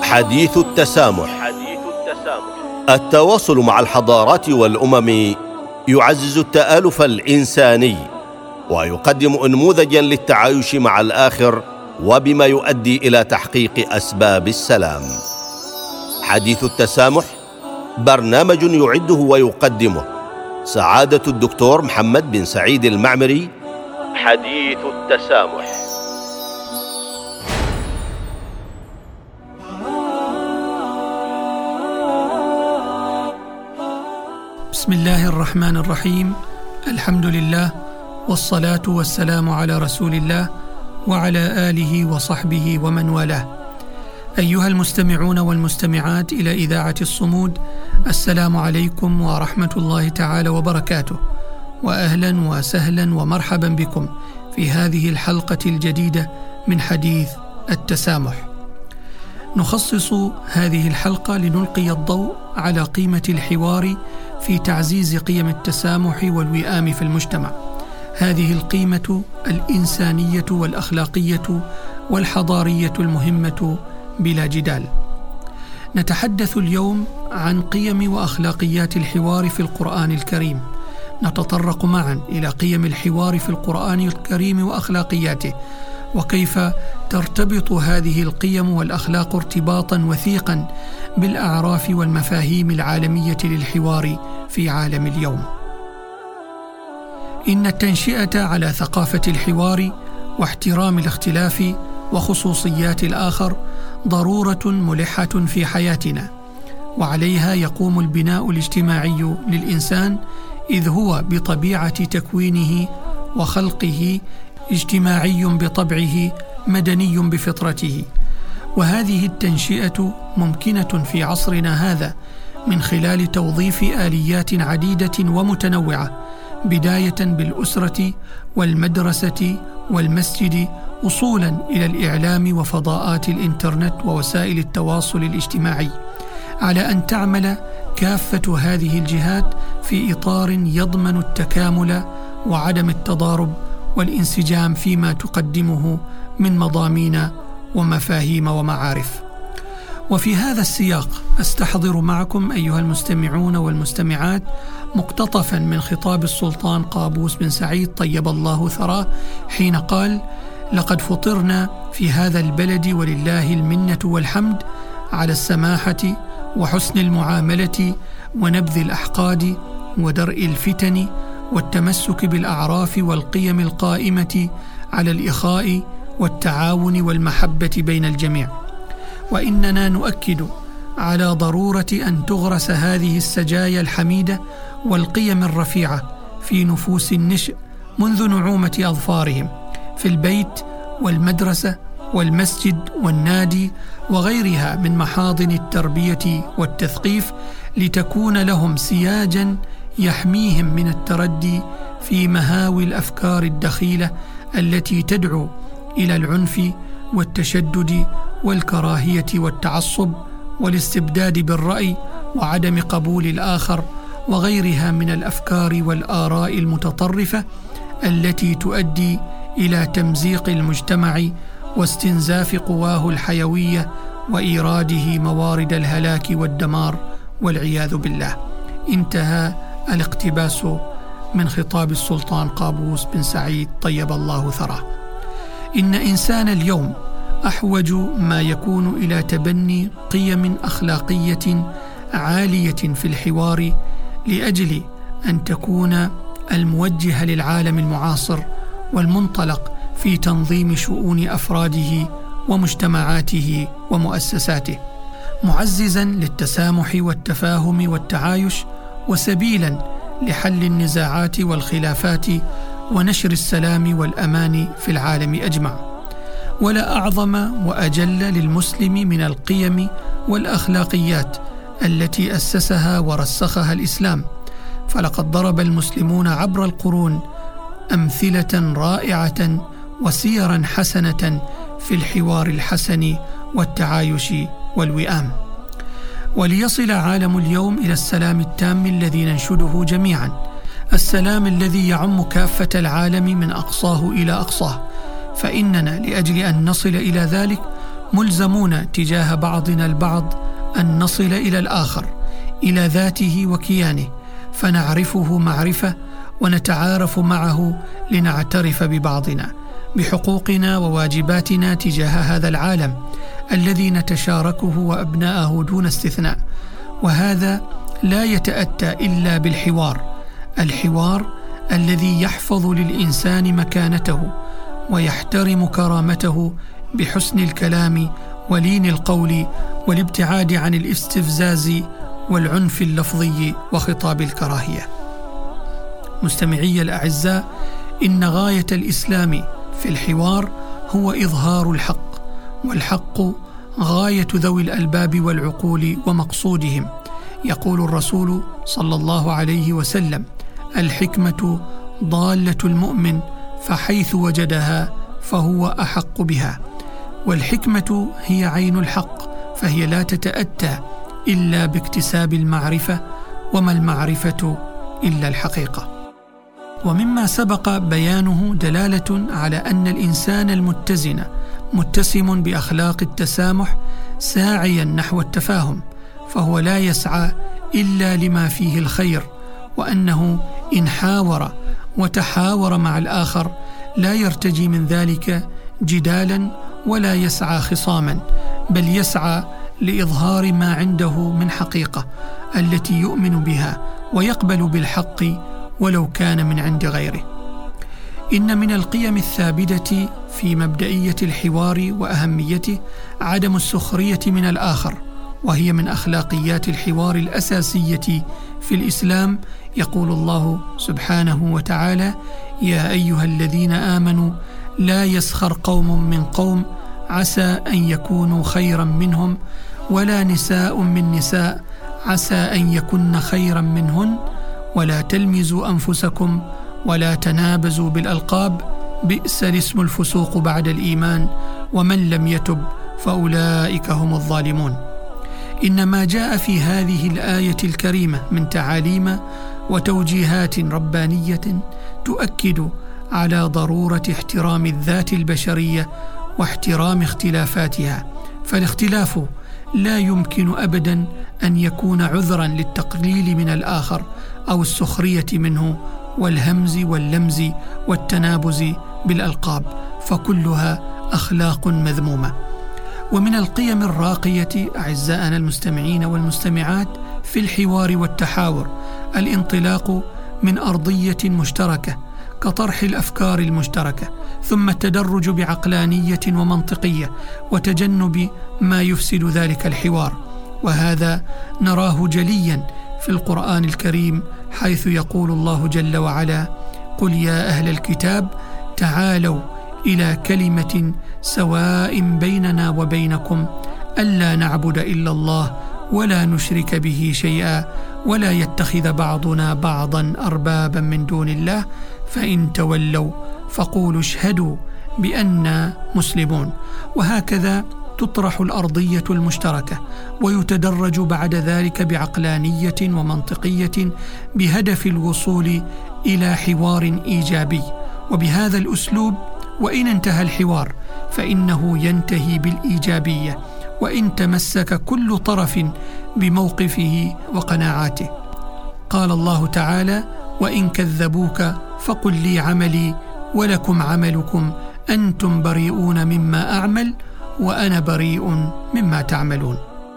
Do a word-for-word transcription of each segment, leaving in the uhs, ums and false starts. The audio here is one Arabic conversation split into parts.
حديث التسامح. التواصل مع الحضارات والأمم يعزز التآلف الإنساني ويقدم أنموذجاً للتعايش مع الآخر وبما يؤدي إلى تحقيق أسباب السلام. حديث التسامح برنامج يعده ويقدمه سعادة الدكتور محمد بن سعيد المعمري. حديث التسامح. بسم الله الرحمن الرحيم. الحمد لله والصلاة والسلام على رسول الله وعلى آله وصحبه ومن والاه. أيها المستمعون والمستمعات إلى إذاعة الصمود، السلام عليكم ورحمة الله تعالى وبركاته، وأهلا وسهلا ومرحبا بكم في هذه الحلقة الجديدة من حديث التسامح. نخصص هذه الحلقة لنلقي الضوء على قيمة الحوار في تعزيز قيم التسامح والوئام في المجتمع. هذه القيمة الإنسانية والأخلاقية والحضارية المهمة بلا جدال. نتحدث اليوم عن قيم وأخلاقيات الحوار في القرآن الكريم. نتطرق معا إلى قيم الحوار في القرآن الكريم وأخلاقياته، وكيف ترتبط هذه القيم والأخلاق ارتباطا وثيقا بالأعراف والمفاهيم العالمية للحوار في عالم اليوم. إن التنشئة على ثقافة الحوار واحترام الاختلاف وخصوصيات الآخر ضرورة ملحة في حياتنا، وعليها يقوم البناء الاجتماعي للإنسان، إذ هو بطبيعة تكوينه وخلقه اجتماعي بطبعه، مدني بفطرته. وهذه التنشئة ممكنة في عصرنا هذا من خلال توظيف آليات عديدة ومتنوعة، بداية بالأسرة والمدرسة والمسجد، وصولا إلى الإعلام وفضاءات الإنترنت ووسائل التواصل الاجتماعي، على أن تعمل كافة هذه الجهات في إطار يضمن التكامل وعدم التضارب والانسجام فيما تقدمه من مضامين ومفاهيم ومعارف. وفي هذا السياق أستحضر معكم أيها المستمعون والمستمعات مقتطفا من خطاب السلطان قابوس بن سعيد طيب الله ثراه، حين قال: لقد فطرنا في هذا البلد ولله المنة والحمد على السماحة وحسن المعاملة ونبذ الأحقاد ودرء الفتن والتمسك بالأعراف والقيم القائمة على الإخاء والتعاون والمحبة بين الجميع. وإننا نؤكد على ضرورة أن تغرس هذه السجايا الحميدة والقيم الرفيعة في نفوس النشء منذ نعومة أظفارهم، في البيت والمدرسة والمسجد والنادي وغيرها من محاضن التربية والتثقيف، لتكون لهم سياجا يحميهم من التردي في مهاوي الأفكار الدخيلة التي تدعو إلى العنف والتشدد والكراهية والتعصب والاستبداد بالرأي وعدم قبول الآخر، وغيرها من الأفكار والآراء المتطرفة التي تؤدي إلى تمزيق المجتمع واستنزاف قواه الحيوية وإيراده موارد الهلاك والدمار والعياذ بالله. انتهى الاقتباس من خطاب السلطان قابوس بن سعيد طيب الله ثراه. إن إنسان اليوم أحوج ما يكون إلى تبني قيم أخلاقية عالية في الحوار، لأجل أن تكون الموجهة للعالم المعاصر والمنطلق في تنظيم شؤون أفراده ومجتمعاته ومؤسساته، معززا للتسامح والتفاهم والتعايش، وسبيلا لحل النزاعات والخلافات ونشر السلام والأمان في العالم أجمع. ولا أعظم وأجل للمسلم من القيم والأخلاقيات التي أسسها ورسخها الإسلام، فلقد ضرب المسلمون عبر القرون أمثلة رائعة وسيرا حسنة في الحوار الحسن والتعايش والوئام. وليصل عالم اليوم إلى السلام التام الذي ننشده جميعا، السلام الذي يعم كافة العالم من أقصاه إلى أقصاه، فإننا لأجل أن نصل إلى ذلك ملزمون تجاه بعضنا البعض أن نصل إلى الآخر، إلى ذاته وكيانه، فنعرفه معرفة ونتعارف معه لنعترف ببعضنا بحقوقنا وواجباتنا تجاه هذا العالم الذي نتشاركه وأبناءه دون استثناء. وهذا لا يتأتى إلا بالحوار، الحوار الذي يحفظ للإنسان مكانته ويحترم كرامته بحسن الكلام ولين القول والابتعاد عن الاستفزاز والعنف اللفظي وخطاب الكراهية. مستمعي الأعزاء، إن غاية الإسلام في الحوار هو إظهار الحق، والحق غاية ذوي الألباب والعقول ومقصودهم. يقول الرسول صلى الله عليه وسلم: الحكمة ضالة المؤمن فحيث وجدها فهو أحق بها. والحكمة هي عين الحق، فهي لا تتأتى إلا باكتساب المعرفة، وما المعرفة إلا الحقيقة. ومما سبق بيانه دلالة على أن الإنسان المتزن متسم بأخلاق التسامح ساعيا نحو التفاهم، فهو لا يسعى إلا لما فيه الخير، وأنه إن حاور وتحاور مع الآخر لا يرتجي من ذلك جدالا ولا يسعى خصاما، بل يسعى لإظهار ما عنده من حقيقة التي يؤمن بها ويقبل بالحق ولو كان من عند غيره. إن من القيم الثابتة في مبدئية الحوار وأهميته عدم السخرية من الآخر، وهي من أخلاقيات الحوار الأساسية في الإسلام. يقول الله سبحانه وتعالى: يا أيها الذين آمنوا لا يسخر قوم من قوم عسى أن يكونوا خيرا منهم، ولا نساء من نساء عسى أن يكن خيرا منهن، ولا تلمزوا أنفسكم ولا تنابزوا بالألقاب بئس الاسم الفسوق بعد الإيمان ومن لم يتب فأولئك هم الظالمون. إن ما جاء في هذه الآية الكريمة من تعاليم وتوجيهات ربانية تؤكد على ضرورة احترام الذات البشرية واحترام اختلافاتها، فالاختلاف لا يمكن أبدا أن يكون عذرا للتقليل من الآخر أو السخرية منه والهمز واللمز والتنابز بالألقاب، فكلها أخلاق مذمومة. ومن القيم الراقية أعزائنا المستمعين والمستمعات في الحوار والتحاور الانطلاق من أرضية مشتركة كطرح الأفكار المشتركة، ثم التدرج بعقلانية ومنطقية وتجنب ما يفسد ذلك الحوار. وهذا نراه جليا في القرآن الكريم، حيث يقول الله جل وعلا: قل يا أهل الكتاب تعالوا إلى كلمة سواء بيننا وبينكم ألا نعبد إلا الله ولا نشرك به شيئا ولا يتخذ بعضنا بعضا أربابا من دون الله فإن تولوا فقولوا اشهدوا بأننا مسلمون. وهكذا تطرح الأرضية المشتركة، ويتدرج بعد ذلك بعقلانية ومنطقية بهدف الوصول إلى حوار إيجابي. وبهذا الأسلوب وإن انتهى الحوار فإنه ينتهي بالإيجابية، وإن تمسك كل طرف بموقفه وقناعاته. قال الله تعالى: وإن كذبوك فقل لي عملي ولكم عملكم أنتم بريئون مما أعمل وأنا بريء مما تعملون.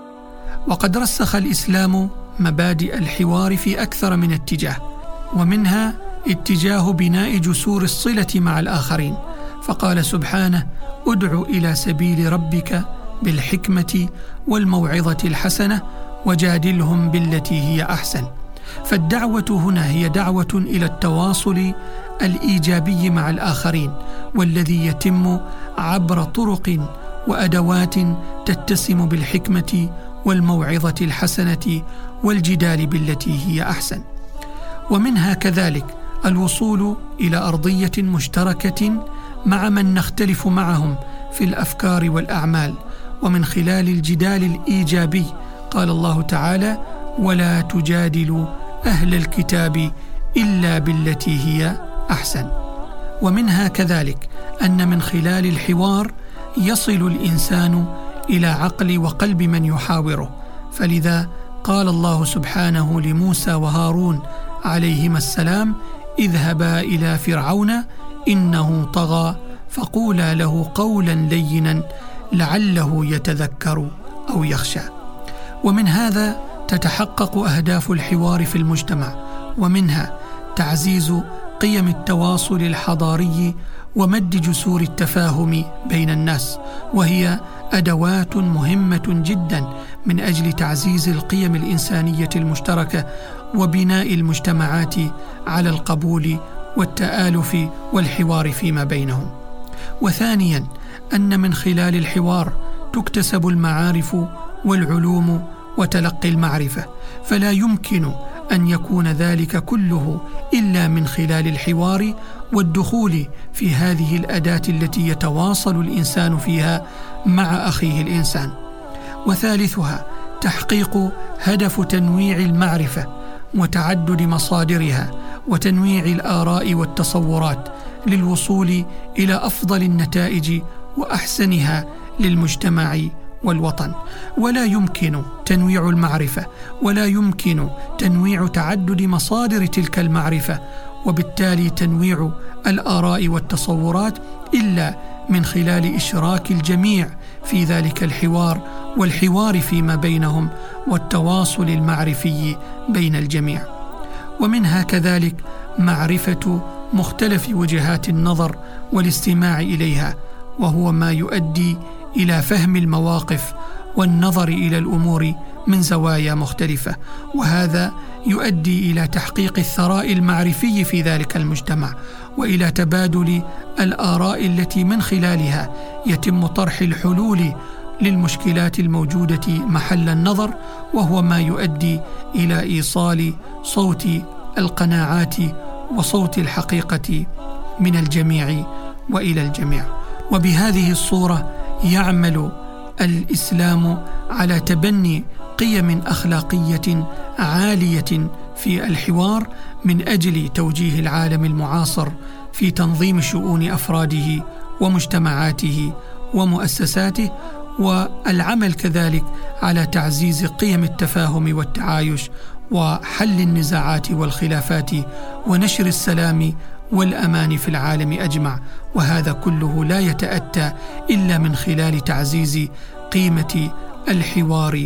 وقد رسخ الإسلام مبادئ الحوار في أكثر من اتجاه، ومنها اتجاه بناء جسور الصلة مع الآخرين، فقال سبحانه: ادع إلى سبيل ربك بالحكمة والموعظة الحسنة وجادلهم بالتي هي أحسن. فالدعوة هنا هي دعوة إلى التواصل الإيجابي مع الآخرين، والذي يتم عبر طرق وأدوات تتسم بالحكمة والموعظة الحسنة والجدال بالتي هي أحسن. ومنها كذلك الوصول إلى أرضية مشتركة مع من نختلف معهم في الأفكار والأعمال، ومن خلال الجدال الإيجابي قال الله تعالى: ولا تجادلوا أهل الكتاب إلا بالتي هي أحسن. ومنها كذلك أن من خلال الحوار يصل الإنسان إلى عقل وقلب من يحاوره. فلذا قال الله سبحانه لموسى وهارون عليهما السلام: اذهبا إلى فرعون إنه طغى فقولا له قولا لينا لعله يتذكر أو يخشى. ومن هذا تتحقق أهداف الحوار في المجتمع، ومنها تعزيز قيم التواصل الحضاري ومد جسور التفاهم بين الناس، وهي أدوات مهمة جدا من أجل تعزيز القيم الإنسانية المشتركة وبناء المجتمعات على القبول والتآلف والحوار فيما بينهم. وثانيا أن من خلال الحوار تكتسب المعارف والعلوم وتلقي المعرفة، فلا يمكن أن يكون ذلك كله إلا من خلال الحوار والدخول في هذه الأداة التي يتواصل الإنسان فيها مع أخيه الإنسان. وثالثها تحقيق هدف تنويع المعرفة وتعدد مصادرها وتنويع الآراء والتصورات للوصول إلى أفضل النتائج وأحسنها للمجتمع والوطن. ولا يمكن تنويع المعرفة ولا يمكن تنويع تعدد مصادر تلك المعرفة وبالتالي تنويع الآراء والتصورات إلا من خلال إشراك الجميع في ذلك الحوار والحوار فيما بينهم والتواصل المعرفي بين الجميع. ومنها كذلك معرفة مختلف وجهات النظر والاستماع إليها، وهو ما يؤدي إلى فهم المواقف والنظر إلى الأمور من زوايا مختلفة، وهذا يؤدي إلى تحقيق الثراء المعرفي في ذلك المجتمع وإلى تبادل الآراء التي من خلالها يتم طرح الحلول للمشكلات الموجودة محل النظر، وهو ما يؤدي إلى إيصال صوت القناعات وصوت الحقيقة من الجميع وإلى الجميع. وبهذه الصورة يعمل الإسلام على تبني قيم أخلاقية عالية في الحوار من أجل توجيه العالم المعاصر في تنظيم شؤون أفراده ومجتمعاته ومؤسساته، والعمل كذلك على تعزيز قيم التفاهم والتعايش وحل النزاعات والخلافات ونشر السلام والأمان في العالم أجمع. وهذا كله لا يتأتى إلا من خلال تعزيز قيمة الحوار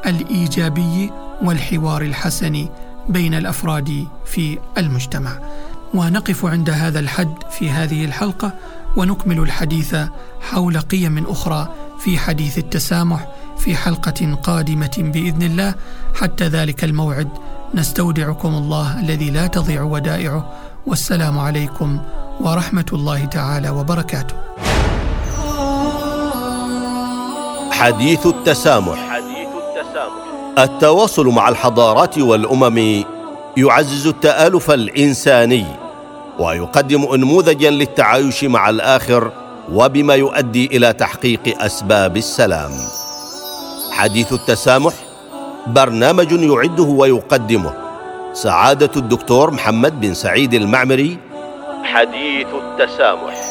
الإيجابي والحوار الحسن بين الأفراد في المجتمع. ونقف عند هذا الحد في هذه الحلقة، ونكمل الحديث حول قيم أخرى في حديث التسامح في حلقة قادمة بإذن الله. حتى ذلك الموعد نستودعكم الله الذي لا تضيع ودائعه، والسلام عليكم ورحمة الله تعالى وبركاته. حديث التسامح. التواصل مع الحضارات والأمم يعزز التآلف الإنساني ويقدم أنموذجا للتعايش مع الآخر وبما يؤدي إلى تحقيق أسباب السلام. حديث التسامح برنامج يعده ويقدمه سعادة الدكتور محمد بن سعيد المعمري. حديث التسامح.